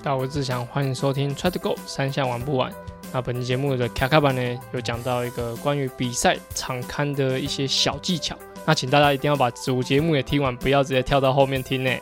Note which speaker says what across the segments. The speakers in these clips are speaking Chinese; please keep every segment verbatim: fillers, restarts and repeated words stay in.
Speaker 1: 大家好，我是志祥，欢迎收听 Try to Go 三项玩不完。那本期节目的卡卡版呢，有讲到一个关于比赛场刊的一些小技巧，那请大家一定要把主节目也听完，不要直接跳到后面听呢。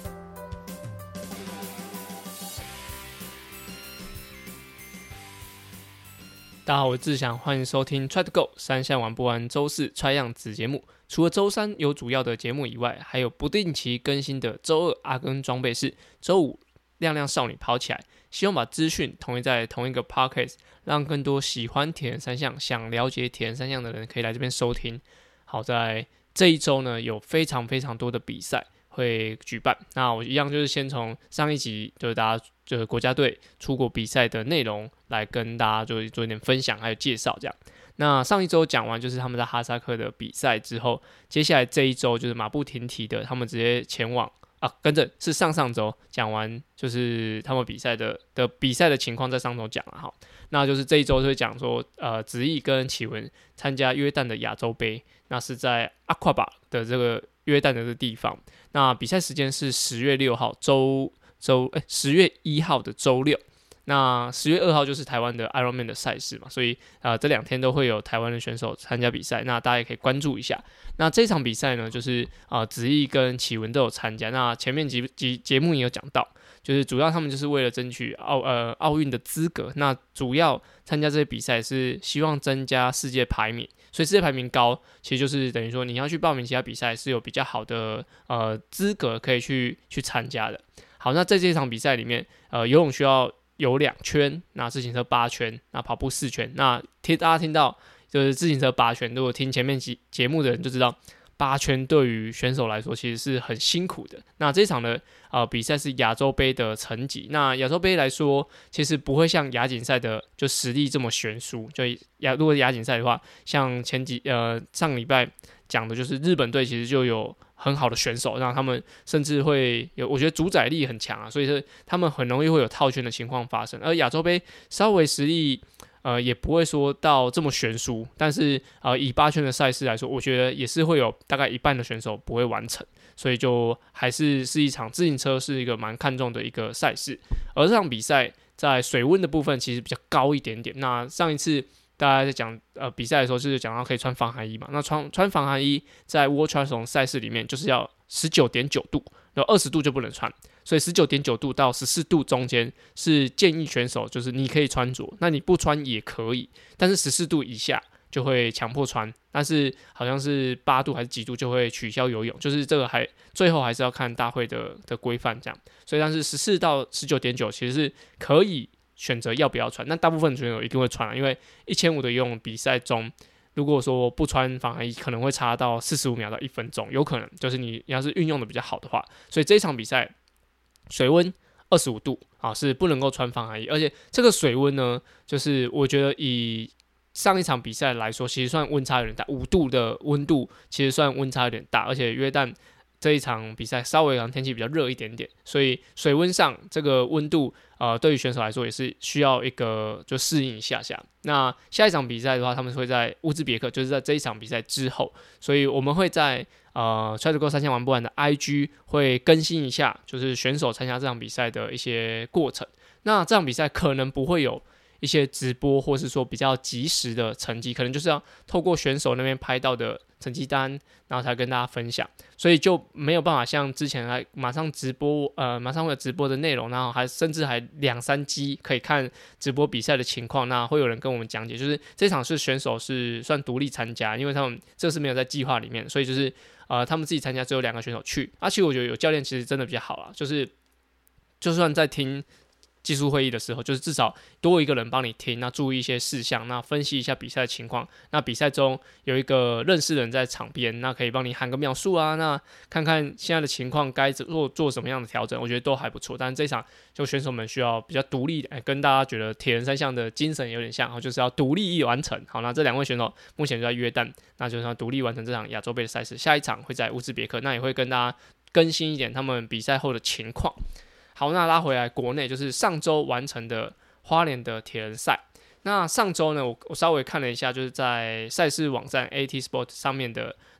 Speaker 1: 大家好，我是志祥，欢迎收听 Try to Go 三项玩不完周四 Try 样子节目。除了周三有主要的节目以外，还有不定期更新的周二阿根装备室，周五亮亮少女跑起来。希望把资讯统一在同一个 podcast， 让更多喜欢铁人三项、想了解铁人三项的人可以来这边收听。好在这一周呢，有非常非常多的比赛会举办。那我一样就是先从上一集就是大家就是国家队出国比赛的内容来跟大家就做一点分享还有介绍这样。那上一周讲完就是他们在哈萨克的比赛之后，接下来这一周就是马不停蹄的，他们直接前往啊，跟着是上上周讲完，就是他们比赛的的比赛的情况，在上周讲了哈。那就是这一周就会讲说，呃，子毅跟启文参加约旦的亚洲杯，那是在阿夸巴的这个约旦的这个地方。那比赛时间是十月六号周周哎十月一号的周六。那十月二号就是台湾的 Ironman 的赛事嘛，所以呃这两天都会有台湾的选手参加比赛，那大家也可以关注一下。那这场比赛呢，就是呃子毅跟启文都有参加。那前面几集节目也有讲到，就是主要他们就是为了争取奥呃奥运的资格。那主要参加这些比赛是希望增加世界排名，所以世界排名高，其实就是等于说你要去报名其他比赛是有比较好的呃资格可以去去参加的。好，那在这场比赛里面，呃游泳需要有两圈，那自行车八圈，那跑步四圈。那听大家听到就是自行车八圈，如果听前面节目的人就知道，八圈对于选手来说其实是很辛苦的。那这场的呃比赛是亚洲杯的成绩，那亚洲杯来说，其实不会像亚锦赛的就实力这么悬殊。就亚如果亚锦赛的话，像前几呃上礼拜讲的就是日本队其实就有很好的选手，让他们甚至会有，我觉得主宰力很强啊，所以说他们很容易会有套圈的情况发生。而亚洲杯稍微实力呃也不会说到这么悬殊，但是呃以八圈的赛事来说，我觉得也是会有大概一半的选手不会完成，所以就还是是一场自行车是一个蛮看重的一个赛事。而这场比赛在水温的部分其实比较高一点点。那上一次大家在讲呃比赛的时候，就是讲到可以穿防寒衣嘛。那穿穿防寒衣在 World Triathlon 赛事里面就是要 十九点九 度，然后二十度就不能穿，所以 十九点九 度到十四度中间是建议选手就是你可以穿着，那你不穿也可以，但是十四度以下就会强迫穿，但是好像是八度还是几度就会取消游泳，就是这个还最后还是要看大会的的规范这样。所以但是十四到 十九点九 其实是可以选择要不要穿，那大部分选手一定会穿、啊、因为一千五的游泳比赛中，如果说不穿防寒衣，可能会差到四十五秒到一分钟，有可能就是你要是运用的比较好的话，所以这一场比赛水温二十五度啊，是不能够穿防寒衣，而且这个水温呢，就是我觉得以上一场比赛来说，其实算温差有点大，五度的温度其实算温差有点大，而且约旦这一场比赛稍微让天气比较热一点点，所以水温上这个温度，呃，对于选手来说也是需要一个就适应一下下。那下一场比赛的话，他们会在乌兹别克，就是在这一场比赛之后，所以我们会在呃 Try to Go 三项玩不完的 I G 会更新一下，就是选手参加这场比赛的一些过程。那这场比赛可能不会有一些直播，或是说比较及时的成绩，可能就是要透过选手那边拍到的成绩单，然后才跟大家分享，所以就没有办法像之前还马上直播，呃，马上会有直播的内容，然后还甚至还两三机可以看直播比赛的情况，那会有人跟我们讲解，就是这场是选手是算独立参加，因为他们这是没有在计划里面，所以就是呃他们自己参加，只有两个选手去，而且我觉得有教练其实真的比较好啦，就是就算在听技术会议的时候，就是至少多一个人帮你听，那注意一些事项，那分析一下比赛的情况。那比赛中有一个认识的人在场边，那可以帮你喊个秒数啊，那看看现在的情况该做做什么样的调整，我觉得都还不错。但是这一场就选手们需要比较独立的，欸、跟大家觉得铁人三项的精神有点像，就是要独立完成。好，那这两位选手目前就在约旦，那就是要独立完成这场亚洲杯的赛事。下一场会在乌兹别克，那也会跟大家更新一点他们比赛后的情况。好，那拉回来国内，就是上周完成的花莲的铁人赛。那上周呢，我我稍微看了一下，就是在赛事网站 A T Sport 上面的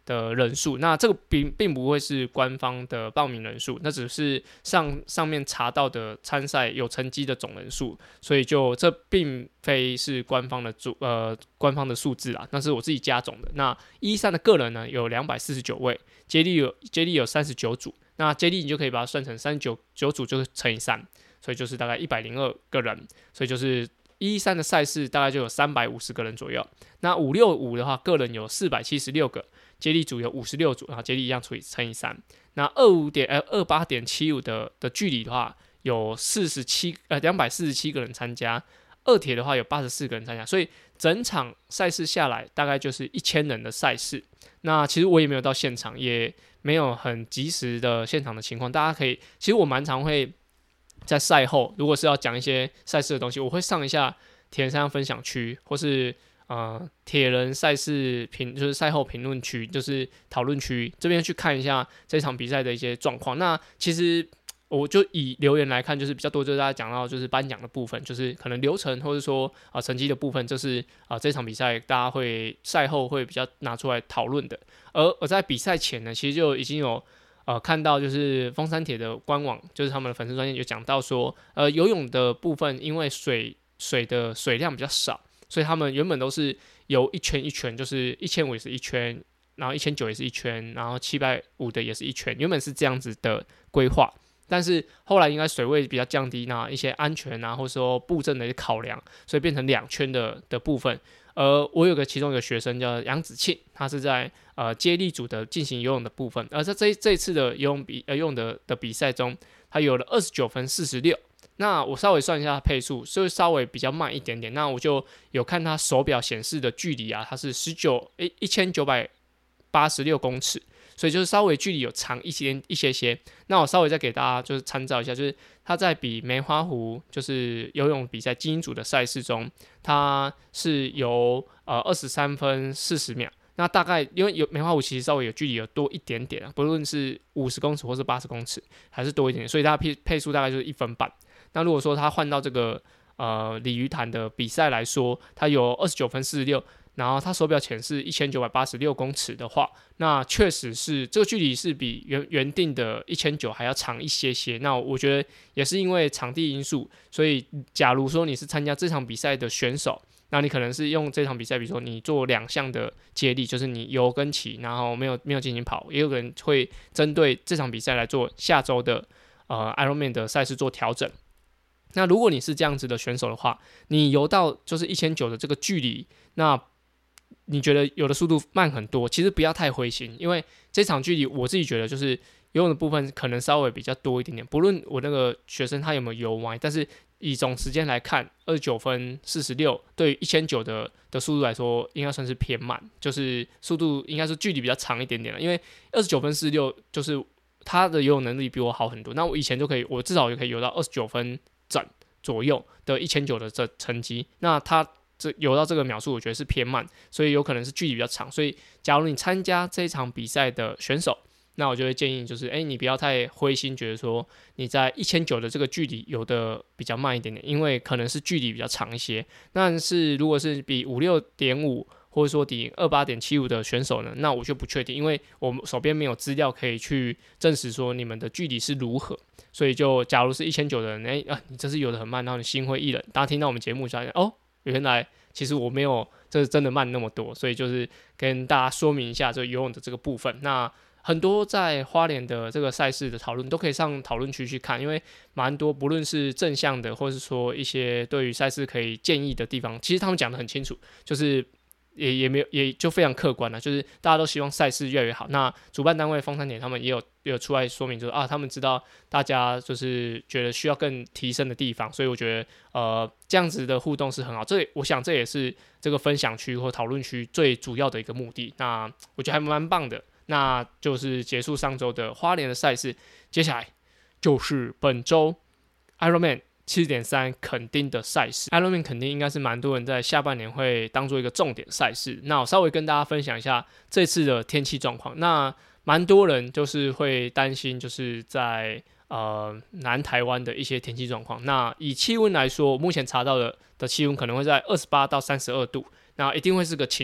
Speaker 1: 的人数，那这个并并不会是官方的报名人数，那只是上上面查到的参赛有成绩的总人数，所以就这并非是官方的主呃官方的数字啦，那是我自己加总的。那一三的个人呢有两百四十九位，接力有接力有三十九组，那接力你就可以把它算成三十九九组就是乘以三，所以就是大概一百零二个人，所以就是一三的赛事大概就有三百五十个人左右。那五六五的话，个人有四百七十六个，接力组有五十六组，然后接力一样除以乘以三。那二五点呃二八点七五的的距离的话，有四十七呃两百四十七个人参加，二铁的话有八十四个人参加，所以整场赛事下来大概就是一千人的赛事。那其实我也没有到现场，也没有很及时的现场的情况，大家可以，其实我蛮常会在赛后，如果是要讲一些赛事的东西，我会上一下铁人三项分享区，或是呃铁人赛事评，就是赛后评论区，就是讨论区这边去看一下这场比赛的一些状况。那其实我就以留言来看，就是比较多，就是大家讲到就是颁奖的部分，就是可能流程或者说啊、呃、成绩的部分，这是啊、呃、这场比赛大家会赛后会比较拿出来讨论的。而我在比赛前呢，其实就已经有呃看到就是风山铁的官网，就是他们的粉丝专页有讲到说，呃游泳的部分因为水水的水量比较少，所以他们原本都是游一圈一圈，就是一千五也是一圈，然后一千九也是一圈，然后七百五的也是一圈，原本是这样子的规划。但是后来应该水位比较降低，那一些安全啊，或者说布阵的一些考量，所以变成两圈的的部分。呃，我有个其中一个学生叫杨子庆，他是在呃接力组的进行游泳的部分，而在这这一次的游泳比呃游泳的的比赛中，他有了二十九分四十六。那我稍微算一下配速，所以稍微比较慢一点点。那我就有看他手表显示的距离啊，它是十九诶一千九百八十六公尺。所以就是稍微距离有长一些一些些。那我稍微再给大家就是参照一下，就是他在比梅花湖就是游泳比赛精英组的赛事中，他是游呃二十三分四十秒。那大概因为有梅花湖其实稍微有距离有多一点点啊，不论是五十公尺或是八十公尺，还是多一点点，所以他配配速大概就是一分半。那如果说他换到这个呃鲤鱼潭的比赛来说，他有二十九分四十六。然后他手表显示一千九百八十六公尺的话，那确实是这个距离是比原原定的一千九百还要长一些些。那我觉得也是因为场地因素，所以假如说你是参加这场比赛的选手，那你可能是用这场比赛，比如说你做两项的接力，就是你游跟骑，然后没有没有进行跑，也有人会针对这场比赛来做下周的呃 Ironman 的赛事做调整。那如果你是这样子的选手的话，你游到就是一千九百的这个距离，那你觉得游的速度慢很多，其实不要太灰心，因为这场距离我自己觉得就是游泳的部分可能稍微比较多一点点。不论我那个学生他有没有游完，但是以总时间来看，二十九分四十六对于一千九百的的速度来说，应该算是偏慢，就是速度应该是距离比较长一点点了。因为二十九分四十六就是他的游泳能力比我好很多，那我以前就可以，我至少就可以游到二十九分整左右的一千九百的这成绩，那他这游到这个秒数，我觉得是偏慢，所以有可能是距离比较长。所以，假如你参加这一场比赛的选手，那我就会建议就是，哎，你不要太灰心，觉得说你在一千九百的这个距离游的比较慢一点点，因为可能是距离比较长一些。但是如果是比五六点五或者说比二八点七五的选手呢，那我就不确定，因为我们手边没有资料可以去证实说你们的距离是如何。所以就假如是一千九百的人，哎啊，你这是游得很慢，然后你心灰意冷，大家听到我们节目就发现哦。原来其实我没有这真的慢那么多，所以就是跟大家说明一下这个游泳的这个部分。那很多在花莲的这个赛事的讨论都可以上讨论区去看，因为蛮多不论是正向的，或是说一些对于赛事可以建议的地方，其实他们讲得很清楚，就是也也没有也就非常客观了，就是大家都希望赛事越来越好。那主办单位风山铁他们也有也有出来说明，就是啊，他们知道大家就是觉得需要更提升的地方，所以我觉得呃这样子的互动是很好。这我想这也是这个分享区或讨论区最主要的一个目的。那我觉得还蛮棒的。那就是结束上周的花莲的赛事，接下来就是本周 Ironman七点三垦丁的赛事。 Ironman 垦丁应该是蛮多人在下半年会当做一个重点赛事。那我稍微跟大家分享一下这次的天气状况。那蛮多人就是会担心就是在呃南台湾的一些天气状况。那以气温来说，目前查到的的气温可能会在二十八到三十二度，那一定会是个晴天的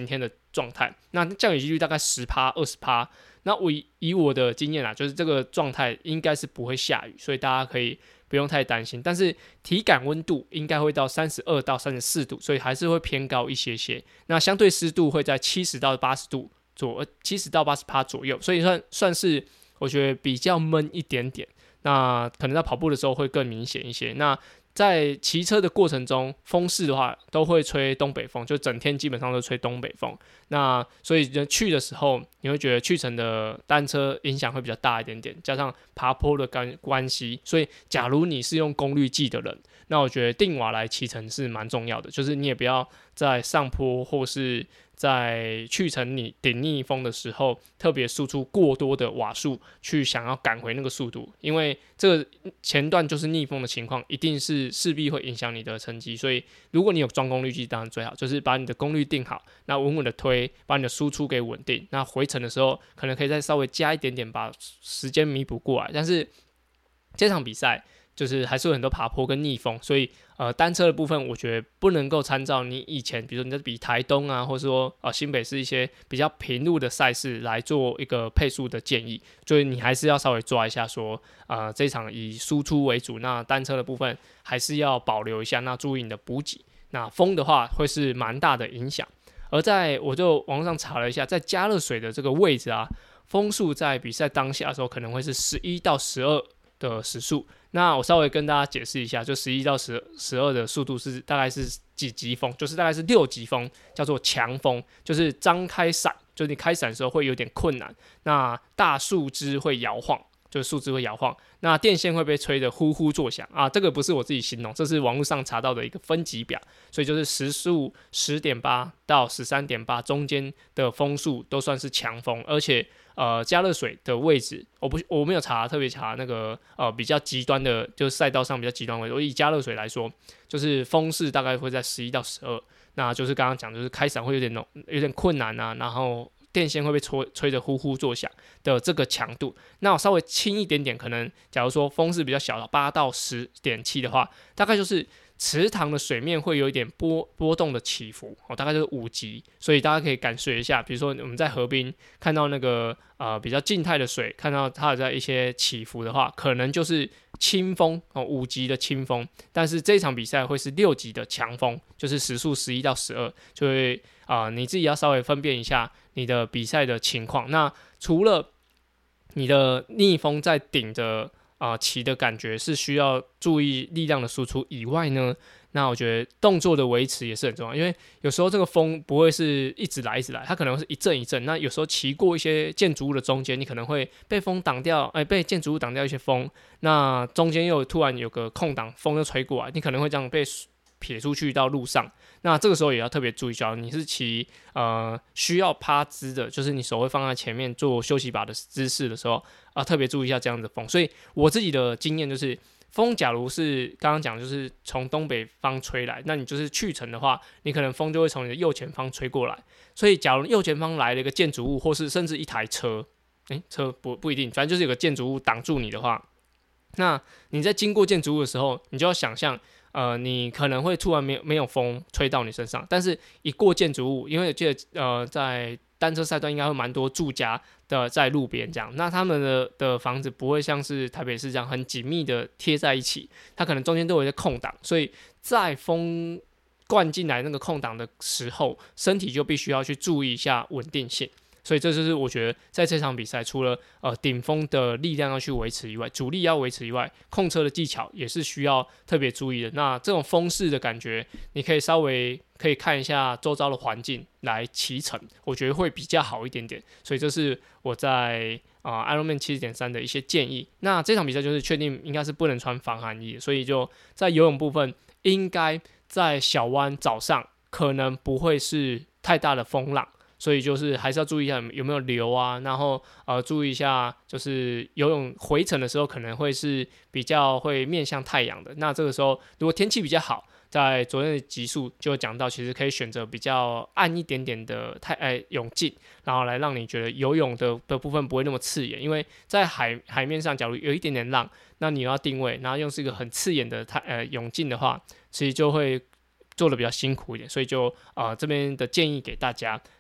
Speaker 1: 状态。那降雨几率大概 百分之十、百分之二十。那我以以我的经验啦，就是这个状态应该是不会下雨，所以大家可以不用太担心。但是体感温度应该会到三十二到三十四度，所以还是会偏高一些些。那相对湿度会在七十到八十度左，七十到八十趴左右，所以算算是我觉得比较闷一点点。那可能在跑步的时候会更明显一些。那在骑车的过程中，风势的话都会吹东北风，就整天基本上都吹东北风。那所以去的时候，你会觉得去程的单车影响会比较大一点点，加上爬坡的关系，所以假如你是用功率计的人，那我觉得定瓦来骑程是蛮重要的，就是你也不要在上坡或是在去程你顶逆风的时候，特别输出过多的瓦数去想要赶回那个速度，因为这个前段就是逆风的情况，一定是势必会影响你的成绩。所以如果你有装功率计，当然最好，就是把你的功率定好，那稳稳的推，把你的输出给稳定。那回程的时候，可能可以再稍微加一点点，把时间弥补过来。但是这场比赛就是还是有很多爬坡跟逆风，所以呃单车的部分我觉得不能够参照你以前比如说你在比台东啊，或者说呃新北市一些比较平路的赛事来做一个配速的建议，所以你还是要稍微抓一下说呃这一场以输出为主，那单车的部分还是要保留一下，那注意你的补给。那风的话会是蛮大的影响。而在我就网络上查了一下，在加热水的这个位置啊，风速在比赛当下的时候可能会是十一到十二的时速。那我稍微跟大家解释一下，就十一到十二的速度是大概是几级风，就是大概是六级风，叫做强风，就是张开伞，就是你开伞的时候会有点困难，那大树枝会摇晃，就是树枝会摇晃，那电线会被吹得呼呼作响啊。这个不是我自己形容，这是网络上查到的一个分级表，所以就是时速 十点八 到 十三点八 中间的风速都算是强风，而且呃加热水的位置，我不我没有查特别查那个呃比较极端的，就是赛道上比较极端的位置。我以加热水来说，就是风势大概会在十一到十二，那就是刚刚讲，就是开伞会有点有点困难啊，然后电线会被吹吹得呼呼作响的这个强度。那我稍微轻一点点，可能假如说风势比较小的八到十点七的话，大概就是池塘的水面会有一点波波动的起伏，哦，大概就是五级，所以大家可以感受一下。比如说我们在河边看到那个呃比较静态的水，看到它有在一些起伏的话，可能就是轻风哦，五级的轻风。但是这一场比赛会是六级的强风，就是时速十一到十二，就会啊、呃、你自己要稍微分辨一下你的比赛的情况。那除了你的逆风在顶着啊、呃、骑的感觉是需要注意力量的输出以外呢，那我觉得动作的维持也是很重要，因为有时候这个风不会是一直来一直来，它可能是一阵一阵。那有时候骑过一些建筑物的中间，你可能会被风挡掉，哎，被建筑物挡掉一些风，那中间又突然有个空档，风又吹过来，你可能会这样被撇出去到路上。那这个时候也要特别注意，假如你是骑呃需要趴姿的，就是你手会放在前面做休息把的姿势的时候啊、呃，特别注意一下这样的风。所以我自己的经验就是，风假如是刚刚讲就是从东北方吹来，那你就是去程的话，你可能风就会从你的右前方吹过来。所以假如右前方来了一个建筑物，或是甚至一台车，诶，车不不一定，反正就是有个建筑物挡住你的话，那你在经过建筑物的时候，你就要想象。呃，你可能会突然没有没有风吹到你身上，但是一过建筑物，因为我记得呃在单车赛段应该会蛮多住家的在路边这样，那他们的的房子不会像是台北市这样很紧密的贴在一起，它可能中间都有一些空档，所以在风灌进来那个空档的时候，身体就必须要去注意一下稳定性。所以这就是我觉得在这场比赛，除了呃顶峰的力量要去维持以外，主力要维持以外，控车的技巧也是需要特别注意的。那这种风势的感觉，你可以稍微可以看一下周遭的环境来骑乘，我觉得会比较好一点点。所以这是我在啊、呃、Ironman 七十点三的一些建议。那这场比赛就是确定应该是不能穿防寒衣，所以就在游泳部分，应该在小湾早上可能不会是太大的风浪。所以就是还是要注意一下有没有流啊，然后呃注意一下，就是游泳回程的时候可能会是比较会面向太阳的。那这个时候如果天气比较好，在昨天的集数就有讲到，其实可以选择比较暗一点点的太呃泳镜，然后来让你觉得游泳的的部分不会那么刺眼。因为在海海面上，假如有一点点浪，那你要定位，然后用是一个很刺眼的太呃泳镜的话，其实就会做的比较辛苦一点。所以就呃这边的建议给大家。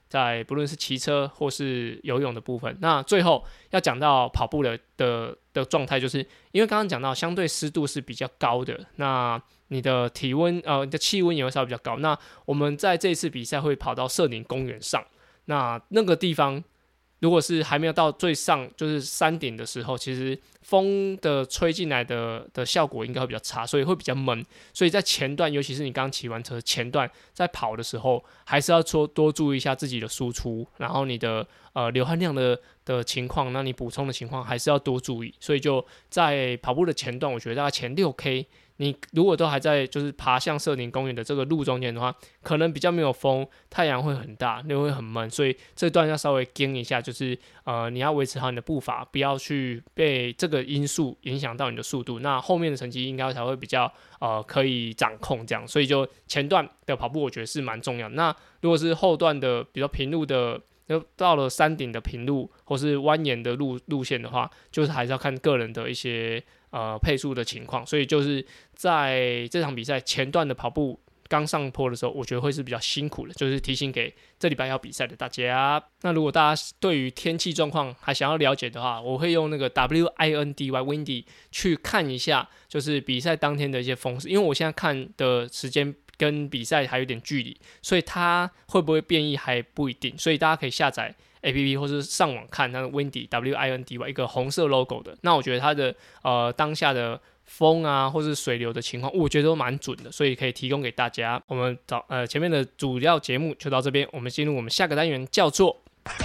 Speaker 1: 在不论是骑车或是游泳的部分。那最后要讲到跑步的的的状态，就是因为刚刚讲到相对湿度是比较高的，那你的体温呃你的气温也会稍微比较高。那我们在这一次比赛会跑到社林公园上，那那个地方如果是还没有到最上就是山顶的时候，其实风的吹进来的的效果应该会比较差，所以会比较闷。所以在前段，尤其是你刚骑完车前段在跑的时候，还是要多多注意一下自己的输出，然后你的呃流汗量的的情况，那你补充的情况还是要多注意。所以就在跑步的前段，我觉得大概前六 K。你如果都还在就是爬向社林公园的这个路中间的话，可能比较没有风，太阳会很大，又会很闷，所以这段要稍微跟一下，就是呃你要维持好你的步伐，不要去被这个因素影响到你的速度，那后面的成绩应该才会比较呃可以掌控这样。所以就前段的跑步我觉得是蛮重要的。那如果是后段的比较平路的，到了山顶的平路或是蜿蜒的路路线的话，就是还是要看个人的一些呃配速的情况。所以就是在这场比赛前段的跑步刚上坡的时候，我觉得会是比较辛苦的，就是提醒给这礼拜要比赛的大家。那如果大家对于天气状况还想要了解的话，我会用那个 W I N D Y windy 去看一下，就是比赛当天的一些风势，因为我现在看的时间跟比赛还有点距离，所以它会不会变异还不一定，所以大家可以下载 A P P 或是上网看那个 Windy W I N D Y 一个红色 logo 的。那我觉得它的呃当下的风啊或是水流的情况，我觉得都蛮准的，所以可以提供给大家。我们早呃前面的主要节目就到这边，我们进入我们下个单元，叫做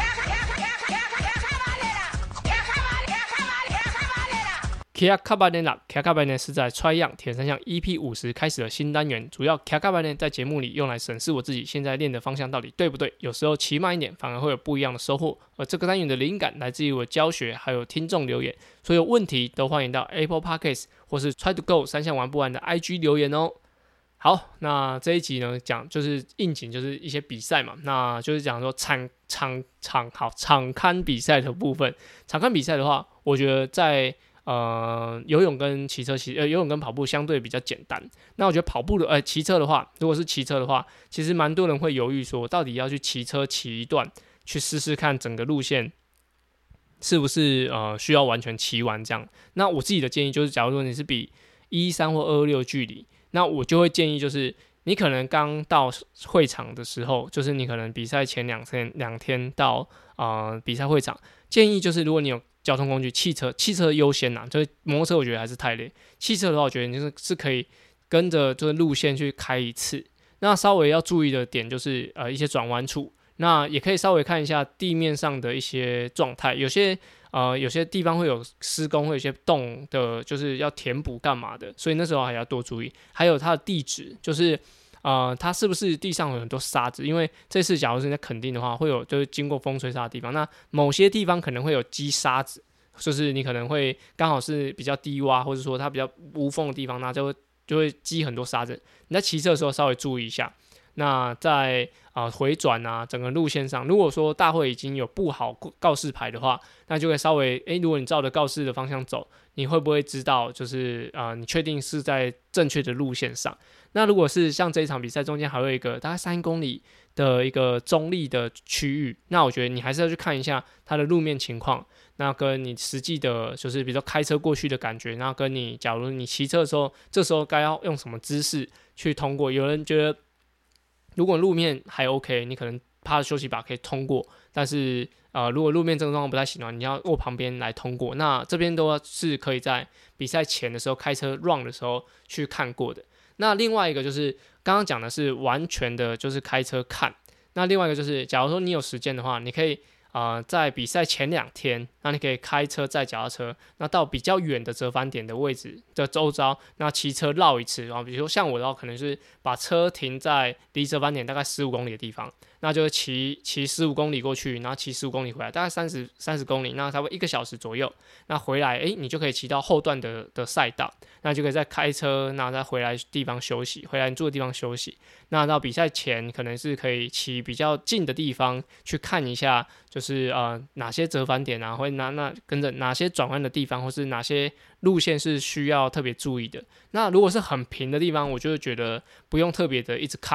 Speaker 1: Kia Cabanela Kia Cabanela 是在 Try Young 铁人三项 E P 五十 开始的新单元，主要 Kia Cabanela 在节目里用来审视我自己现在练的方向到底对不对，有时候骑慢一点反而会有不一样的收获。而这个单元的灵感来自于我教学还有听众留言，所有问题都欢迎到 Apple Podcast 或是 Try to Go 三项玩不完的 I G 留言哦。好，那这一集呢讲就是应景，就是一些比赛嘛，那就是讲说场场场好场勘比赛的部分。场勘比赛的话，我觉得在呃，游泳跟骑车骑呃，游泳跟跑步相对比较简单。那我觉得跑步的呃，骑车的话，如果是骑车的话，其实蛮多人会犹豫说，到底要去骑车骑一段，去试试看整个路线是不是呃需要完全骑完这样。那我自己的建议就是，假如说你是比一三或二二六距离，那我就会建议就是，你可能刚到会场的时候，就是你可能比赛前两天两天到呃比赛会场，建议就是如果你有交通工具，汽车，汽车优先呐，就是摩托车我觉得还是太累。汽车的话，我觉得你就是是可以跟着就是路线去开一次。那稍微要注意的点就是呃一些转弯处，那也可以稍微看一下地面上的一些状态，有些呃有些地方会有施工，会有一些洞的，就是要填补干嘛的，所以那时候还要多注意。还有它的地质，就是呃，它是不是地上有很多沙子？因为这次假如是在垦丁的话，会有就是经过风吹沙的地方，那某些地方可能会有积沙子，就是你可能会刚好是比较低洼，或者说它比较无缝的地方，那就会就会积很多沙子。你在骑车的时候稍微注意一下。那在啊、呃、回转啊整个路线上，如果说大会已经有布好告示牌的话，那就会稍微诶，如果你照着告示的方向走，你会不会知道就是啊、呃、你确定是在正确的路线上？那如果是像这一场比赛中间还有一个大概三公里的一个中立的区域，那我觉得你还是要去看一下它的路面情况，那跟你实际的就是比如说开车过去的感觉，那跟你假如你骑车的时候，这时候该要用什么姿势去通过。有人觉得如果路面还 OK， 你可能趴着休息把可以通过，但是呃，如果路面这个状况不太行的话，你要握旁边来通过。那这边都是可以在比赛前的时候开车 run 的时候去看过的。那另外一个就是刚刚讲的是完全的就是开车看，那另外一个就是假如说你有时间的话，你可以呃在比赛前两天，那你可以开车载脚踏车，那到比较远的折返点的位置的周遭，那骑车绕一次，然后比如说像我的话，可能是把车停在离折返点大概十五公里的地方，那就骑骑十五公里过去，然后骑十五公里回来，大概三十三十公里，那差不多一个小时左右。那回来，哎，你就可以骑到后段的的赛道，那就可以再开车，那再回来地方休息，回来你住的地方休息。那到比赛前，可能是可以骑比较近的地方去看一下，就是呃哪些折返点啊，或者哪那跟着哪些转弯的地方，或是哪些路线是需要特别注意的。那如果是很平的地方，我就会觉得不用特别的一直看。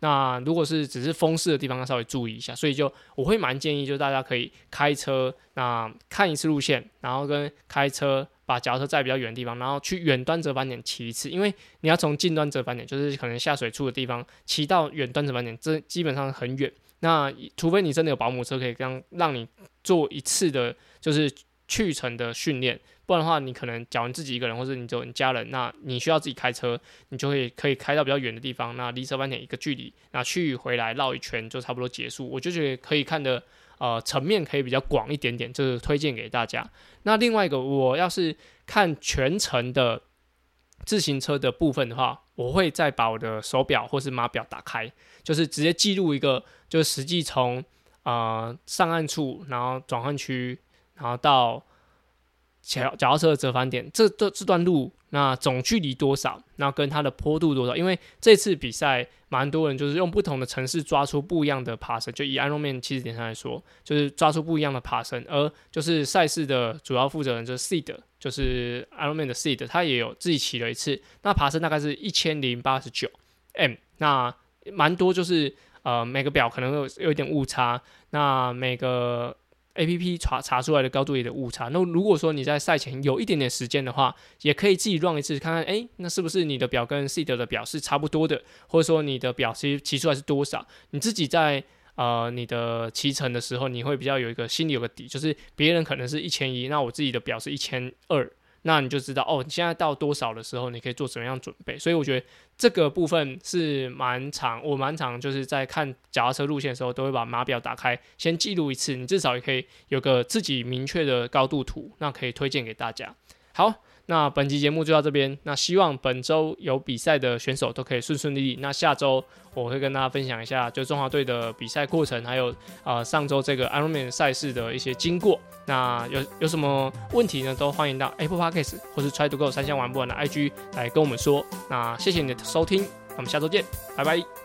Speaker 1: 那如果是只是风势的地方，要稍微注意一下。所以就我会蛮建议，就大家可以开车，那看一次路线，然后跟开车把脚踏车在比较远的地方，然后去远端折返点骑一次，因为你要从近端折返点，就是可能下水处的地方骑到远端折返点，这基本上很远。那除非你真的有保姆车可以让让你做一次的，就是去程的训练，不然的话，你可能假如你自己一个人，或者你只有你家人，那你需要自己开车，你就会可以开到比较远的地方，那离折返点一个距离，那去回来绕一圈就差不多结束。我就觉得可以看的呃层面可以比较广一点点，这个推荐给大家。那另外一个，我要是看全程的自行车的部分的话，我会再把我的手表或是码表打开，就是直接记录一个，就是实际从呃上岸处，然后转换区，然后到脚脚踏车的折返点，这这这段路那总距离多少，然后跟它的坡度多少？因为这次比赛蛮多人就是用不同的程式抓出不一样的爬升，就以 Ironman 七十点三来说，就是抓出不一样的爬升，而就是赛事的主要负责人就是 Seed， 就是 Ironman 的 Seed， 他也有自己骑了一次，那爬升大概是一千零八十九 M， 那蛮多就是呃每个表可能有有一点误差，那每个A P P 查查出来的高度也的误差。那如果说你在赛前有一点点时间的话，也可以自己 run 一次，看看，哎，那是不是你的表跟 Seed 的表是差不多的，或者说你的表其实骑出来是多少？你自己在呃你的骑乘的时候，你会比较有一个心里有个底，就是别人可能是一千一，那我自己的表是一千二。那你就知道哦，你现在到多少的时候，你可以做怎么样准备。所以我觉得这个部分是蛮长，我蛮长就是在看脚踏车路线的时候，都会把码表打开，先记录一次，你至少也可以有个自己明确的高度图，那可以推荐给大家。好，那本期节目就到这边。那希望本周有比赛的选手都可以顺顺利利。那下周我会跟大家分享一下，就中华队的比赛过程，还有呃上周这个 Ironman 赛事的一些经过。那有有什么问题呢？都欢迎到 Apple Podcast 或是 Try to Go 三项玩不完的 I G 来跟我们说。那谢谢你的收听，我们下周见，拜拜。